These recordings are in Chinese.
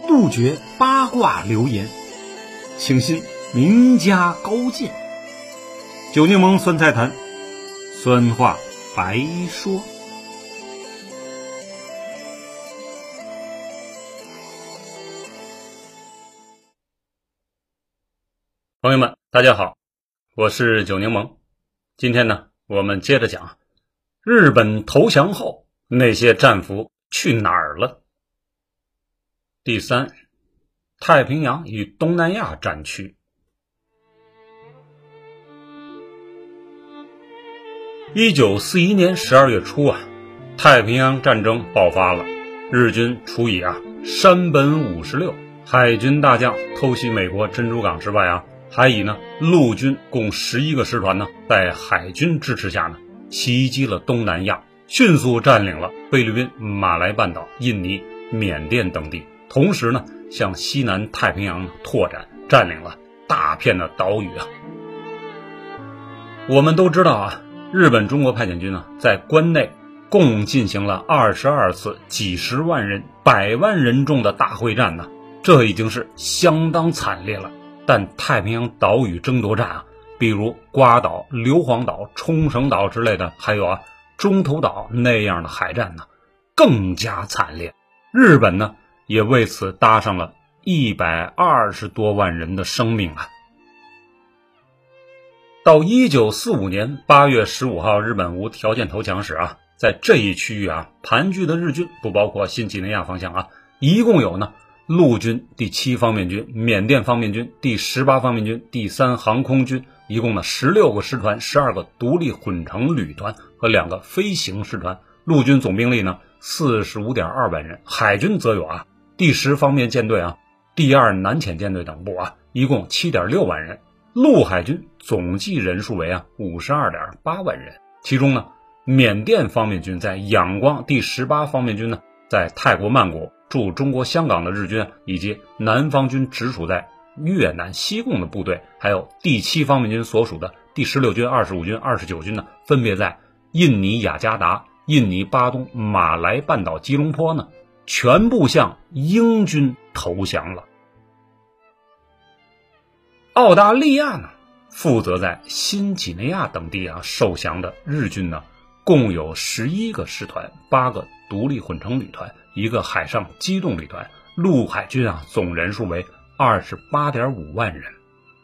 杜绝八卦流言，请信名家高见。酒柠檬酸菜坛，酸话白说。朋友们大家好，我是酒柠檬。今天呢，我们接着讲日本投降后那些战俘去哪儿了。第三，太平洋与东南亚战区。1941年12月初太平洋战争爆发了。日军除以山本56海军大将偷袭美国珍珠港之外还以陆军共11个师团在海军支持下袭击了东南亚，迅速占领了菲律宾、马来半岛、印尼、缅甸等地，同时向西南太平洋拓展，占领了大片的岛屿我们都知道日本中国派遣军在关内共进行了22次几十万人、100万人众的大会战这已经是相当惨烈了。但太平洋岛屿争夺战比如瓜岛、硫磺岛、冲绳岛之类的，还有中途岛那样的海战更加惨烈。日本也为此搭上了120多万人的生命到1945年8月15号日本无条件投降时在这一区域盘踞的日军不包括新几内亚方向一共有陆军第7方面军、缅甸方面军、第18方面军、第3航空军，一共16个师团、12个独立混成旅团和2个飞行师团。陆军总兵力45.2万人，海军则有第10方面舰队第2南潜舰队等部一共7.6万人。陆海军总计人数为52.8万人，其中缅甸方面军在仰光，第18方面军在泰国曼谷，驻中国香港的日军以及南方军直属在越南西贡的部队，还有第7方面军所属的第16军、25军、29军分别在印尼雅加达、印尼巴东、马来半岛吉隆坡全部向英军投降了。澳大利亚负责在新几内亚等地受降的日军共有11个师团、8个独立混成旅团、1个海上机动旅团，陆海军总人数为28.5万人。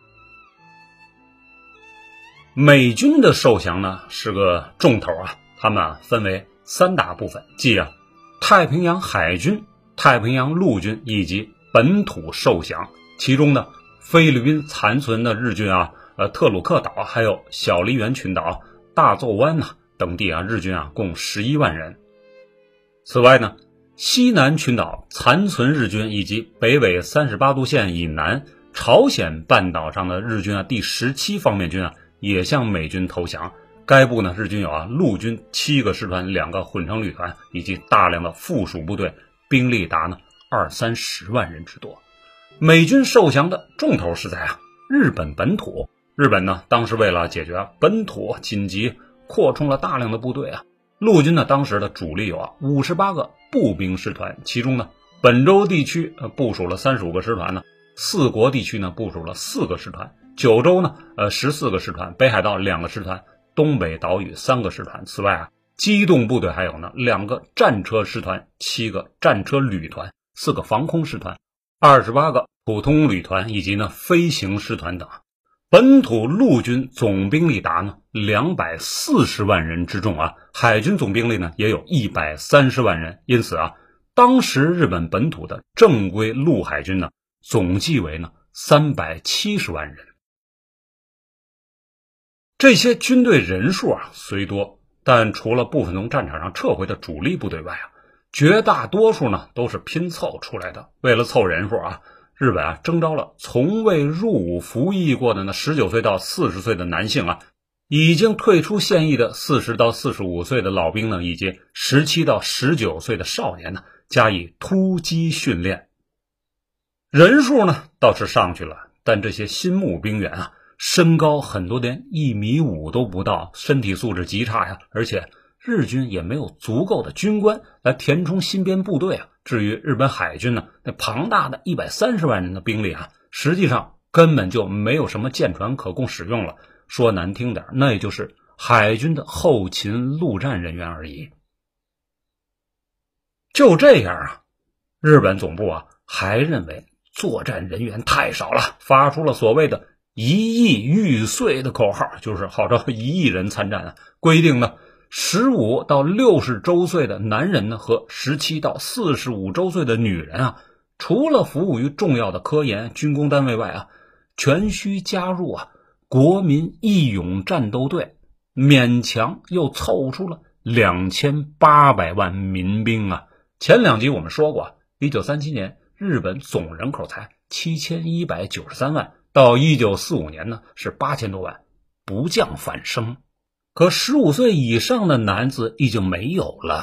美军的受降是个重头他们分为3大部分，即太平洋海军、太平洋陆军以及本土受降。其中菲律宾残存的日军特鲁克岛还有小笠原群岛、大奏湾等地日军共11万人。此外西南群岛残存日军以及北纬38度线以南朝鲜半岛上的日军第17方面军也向美军投降。该部日军有陆军7个师团、2个混成旅团以及大量的附属部队，兵力达20-30万人之多。美军受降的重头是在日本本土。日本当时为了解决本土紧急扩充了大量的部队陆军当时的主力有58个步兵师团，其中本州地区部署了35个师团四国地区部署了4个师团，九州14个师团，北海道2个师团，东北岛屿3个师团。此外机动部队还有2个战车师团、7个战车旅团、4个防空师团、28个普通旅团以及飞行师团等。本土陆军总兵力达240万人之众海军总兵力也有130万人。因此当时日本本土的正规陆海军总计为370万人。这些军队人数虽多，但除了部分从战场上撤回的主力部队外绝大多数都是拼凑出来的。为了凑人数日本征召了从未入伍服役过的19岁到40岁的男性已经退出现役的40到45岁的老兵以及17到19岁的少年加以突击训练。人数倒是上去了，但这些新募兵员身高很多连1.5米都不到，身体素质极差而且日军也没有足够的军官来填充新编部队啊。至于日本海军呢，那庞大的130万人的兵力啊，实际上根本就没有什么舰船可供使用了。说难听点，那也就是海军的后勤陆战人员而已。就这样啊，日本总部啊还认为作战人员太少了，发出了所谓的1亿玉碎的口号，就是号召1亿人参战啊。规定呢，15到60周岁的男人呢和17到45周岁的女人啊，除了服务于重要的科研军工单位外啊，全需加入国民义勇战斗队，勉强又凑出了2800万民兵啊。前2集我们说过，1937年日本总人口才7193万，到1945年呢是8000多万，不降反升。可15岁以上的男子已经没有了。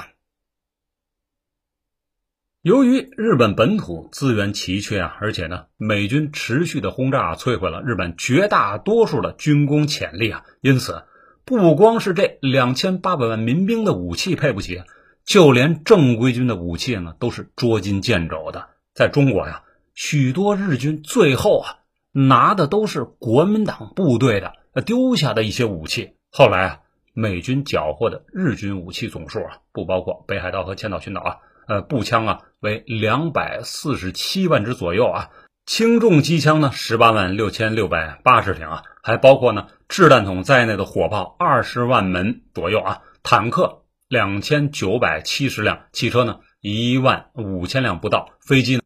由于日本本土资源奇缺啊，而且呢美军持续的轰炸摧毁了日本绝大多数的军工潜力啊，因此不光是这2800万民兵的武器配不起，就连正规军的武器呢都是捉襟见肘的。在中国呀，许多日军最后拿的都是国民党部队的丢下的一些武器。后来美军缴获的日军武器总数不包括北海道和千岛群岛步枪为247万支左右轻重机枪呢186680挺还包括呢掷弹筒在内的火炮20万门左右坦克2970辆，汽车呢15000辆不到，飞机呢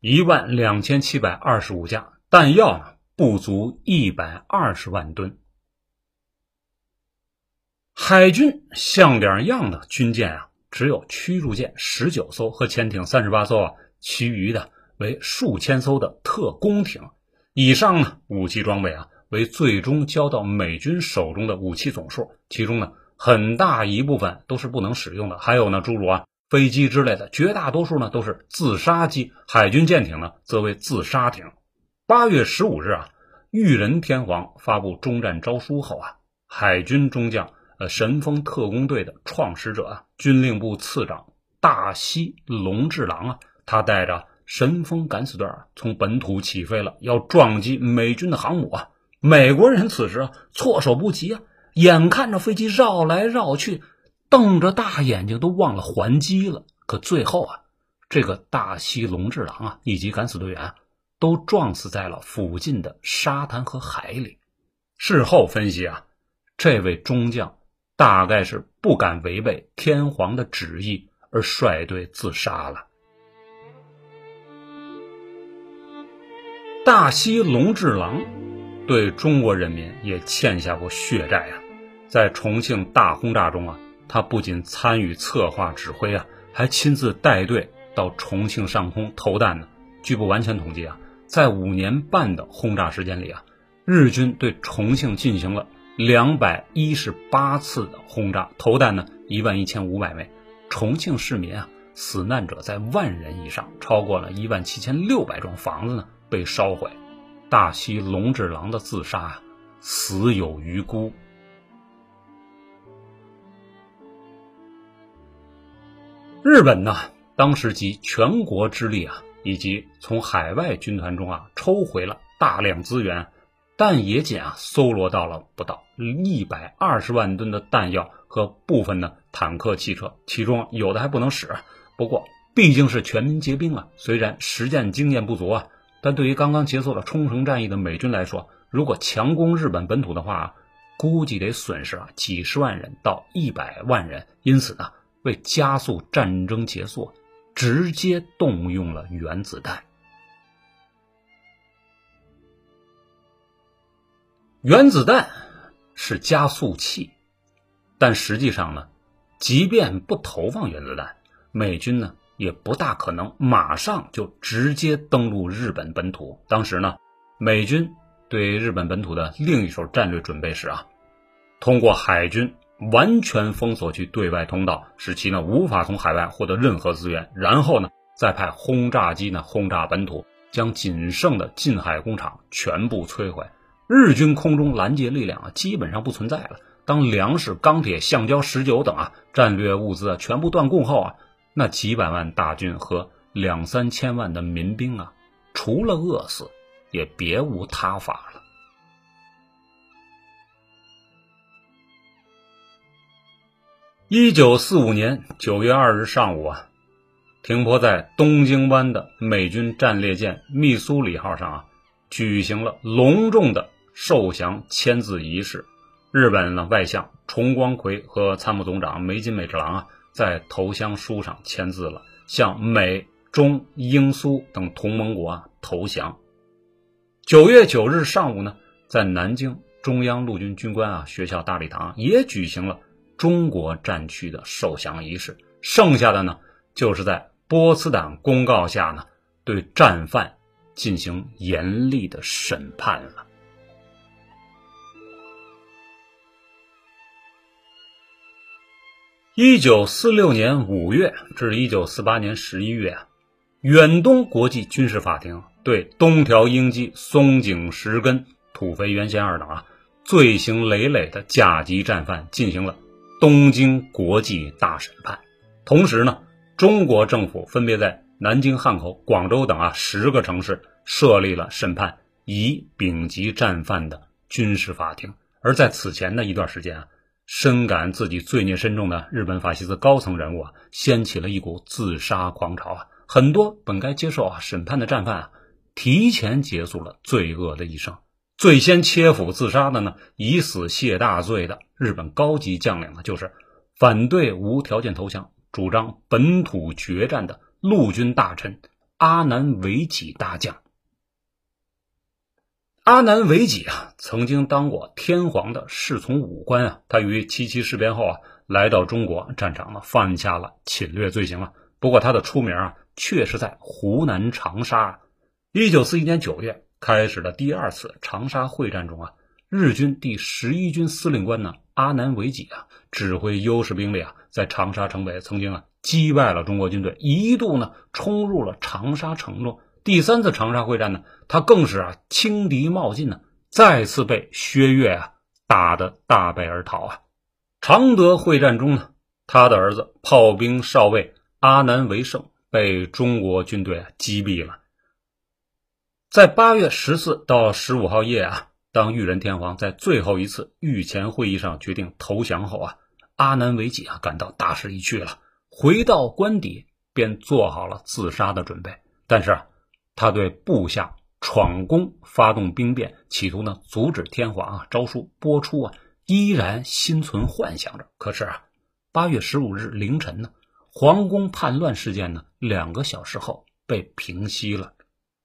12725架，弹药呢不足120万吨。海军像点样的军舰只有驱逐舰19艘和潜艇38艘其余的为数千艘的特攻艇。以上呢武器装备为最终交到美军手中的武器总数，其中呢很大一部分都是不能使用的，还有呢诸如飞机之类的，绝大多数呢都是自杀机，海军舰艇呢则为自杀艇。8月15日裕仁天皇发布终战诏书后海军中将神风特攻队的创始者军令部次长大西隆治郎他带着神风敢死队从本土起飞了，要撞击美军的航母美国人此时措手不及眼看着飞机绕来绕去，瞪着大眼睛都忘了还击了。可最后这个大西隆治郎以及敢死队员都撞死在了附近的沙滩和海里。事后分析这位中将大概是不敢违背天皇的旨意而率队自杀了。大西隆治郎对中国人民也欠下过血债在重庆大轰炸中他不仅参与策划指挥还亲自带队到重庆上空投弹呢。据不完全统计在5年半的轰炸时间里日军对重庆进行了218次的轰炸，投弹呢11500枚。重庆市民死难者在10000人以上，超过了17600幢房子呢被烧毁。大西隆治郎的自杀死有余辜。日本呢当时集全国之力以及从海外军团中抽回了大量资源，但也仅搜罗到了不到120万吨的弹药和部分的坦克汽车，其中有的还不能使。不过毕竟是全民皆兵虽然实践经验不足但对于刚刚结束了冲绳战役的美军来说，如果强攻日本本土的话估计得损失几十万人到100万人。因此呢为加速战争结束，直接动用了原子弹。原子弹是加速器，但实际上呢即便不投放原子弹，美军呢也不大可能马上就直接登陆日本本土。当时呢美军对日本本土的另一手战略准备是通过海军完全封锁其对外通道，使其呢无法从海外获得任何资源，然后呢再派轰炸机呢轰炸本土，将仅剩的近海工厂全部摧毁。日军空中拦截力量基本上不存在了， 当粮食、钢铁、橡胶、石油等战略物资全部断供后那几百万大军和2、3千万的民兵除了饿死也别无他法了。1945年9月2日上午停泊在东京湾的美军战列舰密苏里号上举行了隆重的受降签字仪式。日本外相重光葵和参谋总长梅津美治郎在投降书上签字了，向美、中、英、苏等同盟国投降。9月9日上午呢，在南京中央陆军军官学校大礼堂也举行了中国战区的受降仪式。剩下的呢，就是在波茨坦公告下呢，对战犯进行严厉的审判了。1946年5月至1948年11月远东国际军事法庭对东条英机、松井石根、土肥原贤二等罪行累累的甲级战犯进行了东京国际大审判。同时呢，中国政府分别在南京、汉口、广州等10个城市设立了审判乙、丙级战犯的军事法庭。而在此前的一段时间深感自己罪孽深重的日本法西斯高层人物掀起了一股自杀狂潮很多本该接受审判的战犯提前结束了罪恶的一生。最先切腹自杀的呢，以死谢大罪的日本高级将领呢，就是反对无条件投降、主张本土决战的陆军大臣阿南惟几大将。阿南惟几曾经当过天皇的侍从武官他于7.7事变后来到中国战场犯下了侵略罪行不过他的出名却是在湖南长沙。1941年9月开始的第2次长沙会战中日军第11军司令官呢阿南惟几指挥优势兵力在长沙城北曾经击败了中国军队，一度呢冲入了长沙城中。第3次长沙会战呢，他更是轻敌冒进再次被薛岳打得大败而逃常德会战中呢，他的儿子炮兵少尉阿南惟胜被中国军队击毙了。在8月14到15号夜当裕仁天皇在最后一次御前会议上决定投降后阿南惟几感到大势已去了，回到官邸便做好了自杀的准备。但是他对部下闯宫发动兵变，企图呢阻止天皇诏书播出依然心存幻想着。可是8月15日凌晨呢，皇宫叛乱事件呢2个小时后被平息了。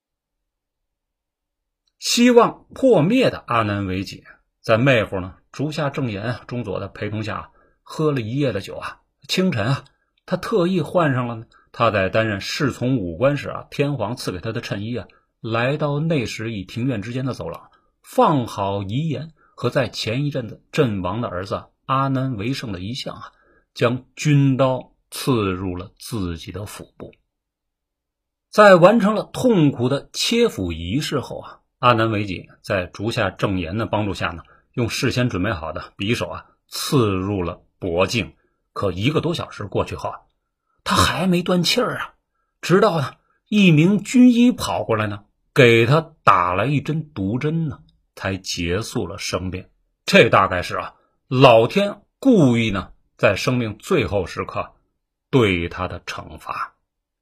希望破灭的阿南惟几在妹夫呢竹下正言中佐的陪同下喝了一夜的酒清晨他特意换上了他在担任侍从武官时天皇赐给他的衬衣来到内室与庭院之间的走廊，放好遗言和在前一阵子阵亡的儿子阿南惟胜的遗像将军刀刺入了自己的腹部。在完成了痛苦的切腹仪式后阿南惟几在竹下正言的帮助下呢，用事先准备好的匕首刺入了脖颈。可1个多小时过去后他还没断气儿直到呢一名军医跑过来呢，给他打了一针毒针呢，才结束了生命。这大概是老天故意呢在生命最后时刻对他的惩罚。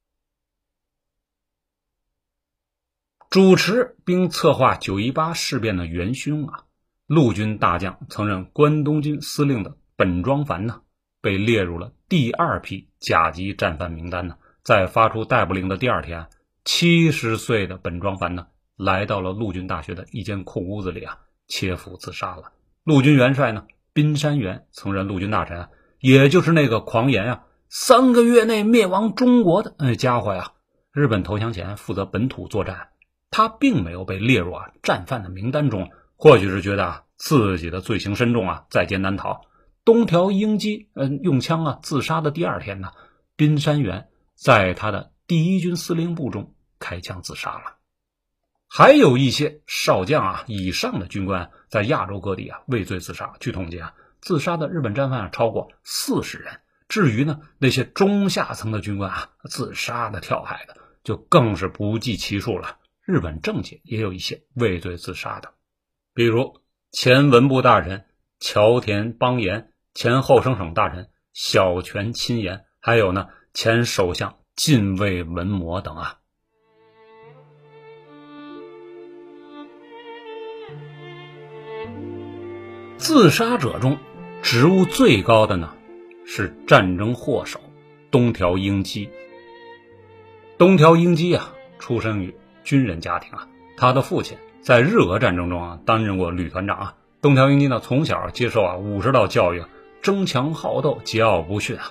主持并策划918事变的元凶陆军大将曾任关东军司令的本庄繁呢，被列入了第2批甲级战犯名单呢。在发出逮捕令的第2天70岁的本庄繁呢，来到了陆军大学的一间空屋子里切腹自杀了。陆军元帅呢滨山元曾任陆军大臣也就是那个狂言3个月内灭亡中国的家伙日本投降前负责本土作战，他并没有被列入战犯的名单中，或许是觉得自己的罪行深重在劫难逃。东条英机用枪自杀的第2天呢，滨山元在他的第1军司令部中开枪自杀了。还有一些少将以上的军官在亚洲各地畏罪自杀。据统计自杀的日本战犯超过40人。至于呢那些中下层的军官自杀的、跳海的，就更是不计其数了。日本政界也有一些畏罪自杀的，比如前文部大臣桥田邦彦、前后生省大臣小泉亲彦，还有呢前首相近卫文麿等自杀者中职务最高的呢是战争祸首东条英机。东条英机出生于军人家庭他的父亲在日俄战争中担任过旅团长东条英机呢从小接受武士道教育，争强好斗，桀骜不驯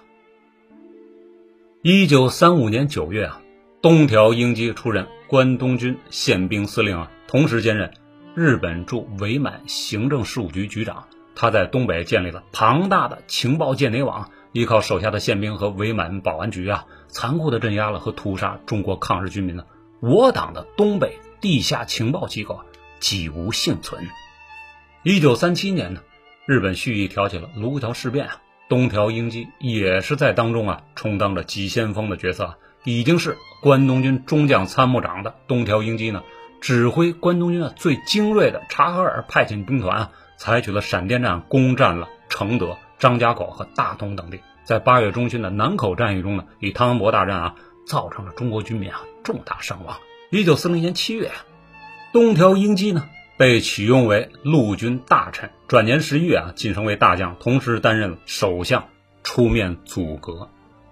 1935年9月东条英机出任关东军宪兵司令同时兼任日本驻伪满行政事务局局长。他在东北建立了庞大的情报间谍网，依靠手下的宪兵和伪满保安局残酷地镇压了和屠杀中国抗日军民我党的东北地下情报机构几无幸存。1937年呢，日本蓄意挑起了卢沟桥事变东条英机也是在当中充当着急先锋的角色已经是关东军中将参谋长的东条英机呢，指挥关东军最精锐的察哈尔派遣兵团采取了闪电战，攻占了承德、张家口和大同等地。在8月中旬的南口战役中呢，以汤恩伯大战造成了中国军民重大伤亡。1940年7月东条英机呢被启用为陆军大臣，转年11月晋升为大将，同时担任了首相，出面阻隔。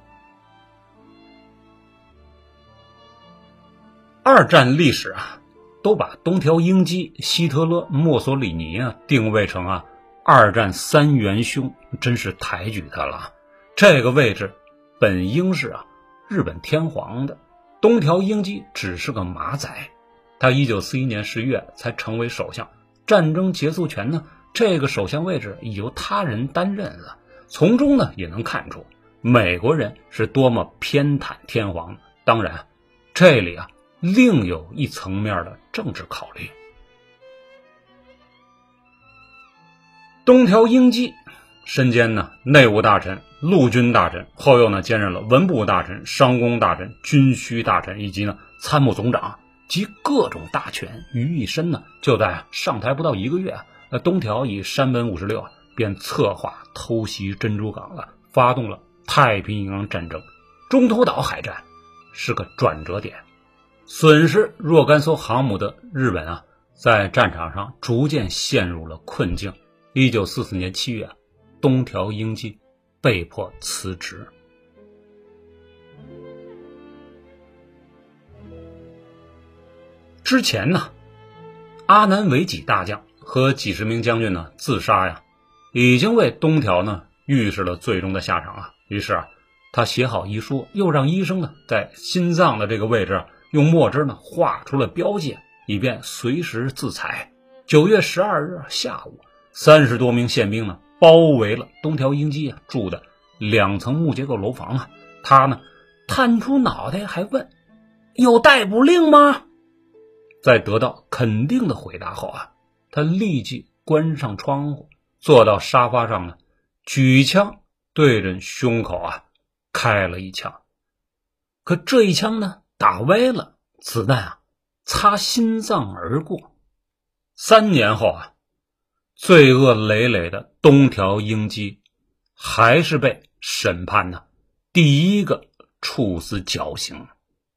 二战历史都把东条英机、希特勒、墨索里尼定位成二战3元凶，真是抬举他了。这个位置本应是日本天皇的，东条英机只是个马仔。他1941年11月才成为首相，战争结束前呢，这个首相位置已由他人担任了。从中呢也能看出美国人是多么偏袒天皇。当然这里另有一层面的政治考虑。东条英机身兼内务大臣、陆军大臣，后又兼任了文部大臣、商工大臣、军需大臣以及参谋总长，集各种大权于一身就在上台不到1个月东条以山本56便策划偷袭珍珠港了，发动了太平洋战争。中途岛海战是个转折点，损失若干艘航母的日本在战场上逐渐陷入了困境。1944年7月东条英机被迫辞职。之前阿南惟几大将和几十名将军自杀已经为东条预示了最终的下场于是他写好遗书，又让医生在心脏的这个位置用墨汁画出了标记，以便随时自裁。9月12日下午，30多名宪兵包围了东条英机住的2层木结构楼房他探出脑袋还问：“有逮捕令吗？”在得到肯定的回答后他立即关上窗户，坐到沙发上举枪对着胸口开了一枪。可这一枪打歪了，子弹擦心脏而过。3年后罪恶累累的东条英机还是被审判第一个处死绞刑。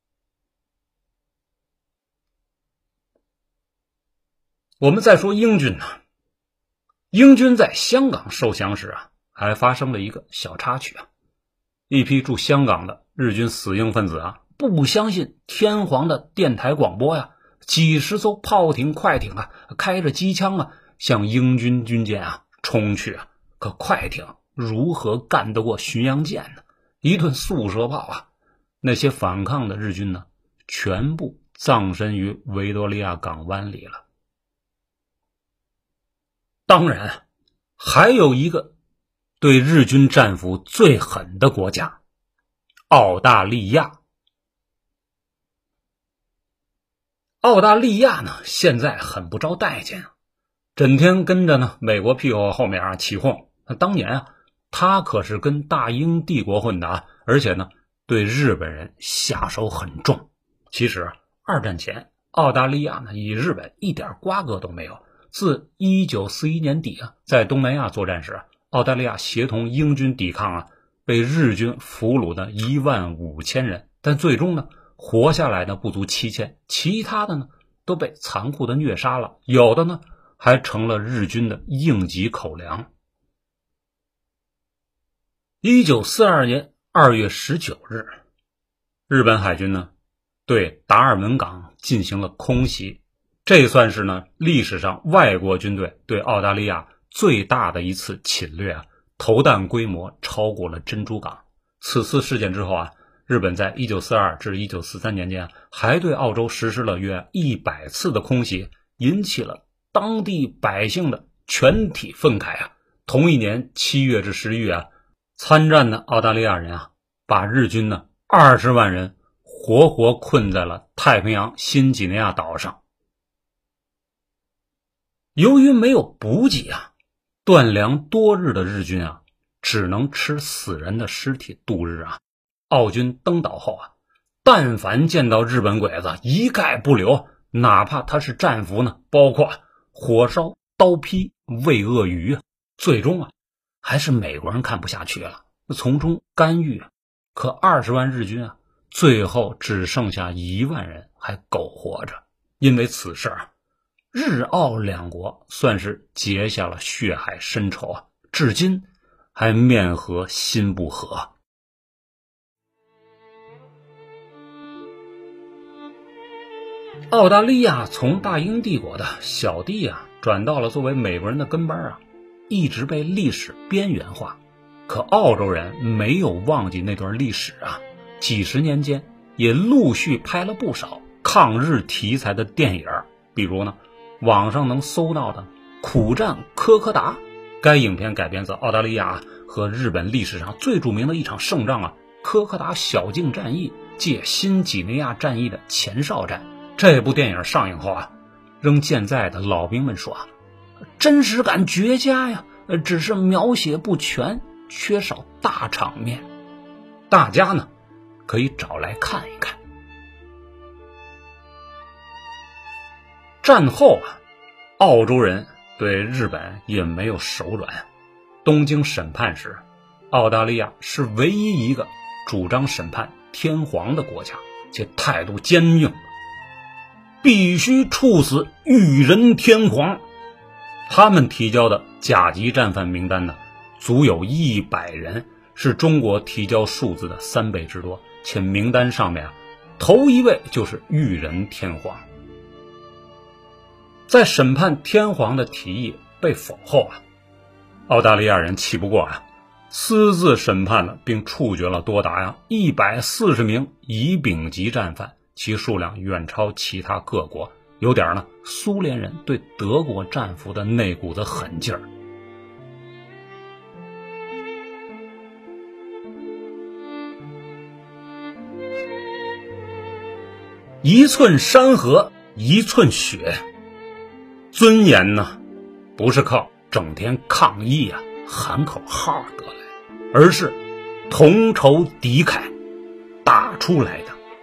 我们再说英军英军在香港受降时还发生了一个小插曲一批驻香港的日军死硬分子不相信天皇的电台广播几十艘炮艇、快艇开着机枪向英军军舰冲去可快艇如何干得过巡洋舰呢？一顿速射炮那些反抗的日军全部葬身于维多利亚港湾里了。当然还有一个对日军战俘最狠的国家——澳大利亚。澳大利亚现在很不招待见整天跟着美国屁股后面起哄那当年啊，他可是跟大英帝国混的啊，而且呢，对日本人下手很重。其实二战前，澳大利亚呢与日本一点瓜葛都没有。自1941年底啊，在东南亚作战时，澳大利亚协同英军抵抗啊，被日军俘虏的15000人，但最终呢，活下来的不足7000，其他的呢都被残酷的虐杀了，有的呢还成了日军的应急口粮。1942年2月19日，日本海军呢对达尔文港进行了空袭，这算是呢历史上外国军队对澳大利亚最大的一次侵略啊，投弹规模超过了珍珠港。此次事件之后啊，日本在1942至1943年间还对澳洲实施了约100次的空袭，引起了当地百姓的全体愤慨啊。同一年7月至11月啊，参战的澳大利亚人啊，把日军呢20万人活活困在了太平洋新几内亚岛上。由于没有补给啊，断粮多日的日军啊，只能吃死人的尸体度日啊。澳军登岛后啊，但凡见到日本鬼子，一概不留，哪怕他是战俘呢，包括火烧、刀劈、喂鳄鱼啊。最终啊，还是美国人看不下去了，从中干预啊。可20万日军啊，最后只剩下1万人还苟活着。因为此事啊，日澳两国算是结下了血海深仇啊，至今还面和心不和。澳大利亚从大英帝国的小弟啊，转到了作为美国人的跟班啊，一直被历史边缘化。可澳洲人没有忘记那段历史啊，几十年间也陆续拍了不少抗日题材的电影，比如呢，网上能搜到的《苦战科科达》，该影片改编自澳大利亚和日本历史上最著名的一场胜仗啊——科科达小径战役，借新几内亚战役的前哨战。这部电影上映后啊，仍健在的老兵们说啊，真实感绝佳呀，只是描写不全，缺少大场面。大家呢可以找来看一看。战后啊，澳洲人对日本也没有手软。东京审判时，澳大利亚是唯一一个主张审判天皇的国家，且态度坚硬，必须处死裕仁天皇。他们提交的甲级战犯名单呢，足有100人，是中国提交数字的3倍之多，且名单上面啊，头一位就是裕仁天皇。在审判天皇的提议被否后啊，澳大利亚人气不过啊，私自审判了并处决了多达140名乙丙级战犯，其数量远超其他各国，有点呢苏联人对德国战俘的那股子狠劲儿。一寸山河一寸血，尊严呢不是靠整天抗议啊喊口号得来，而是同仇敌忾打出来的。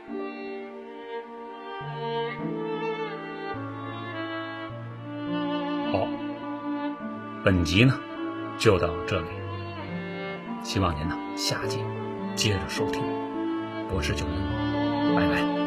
好，本集呢就到这里，希望您呢下集接着收听。我是九零，拜拜。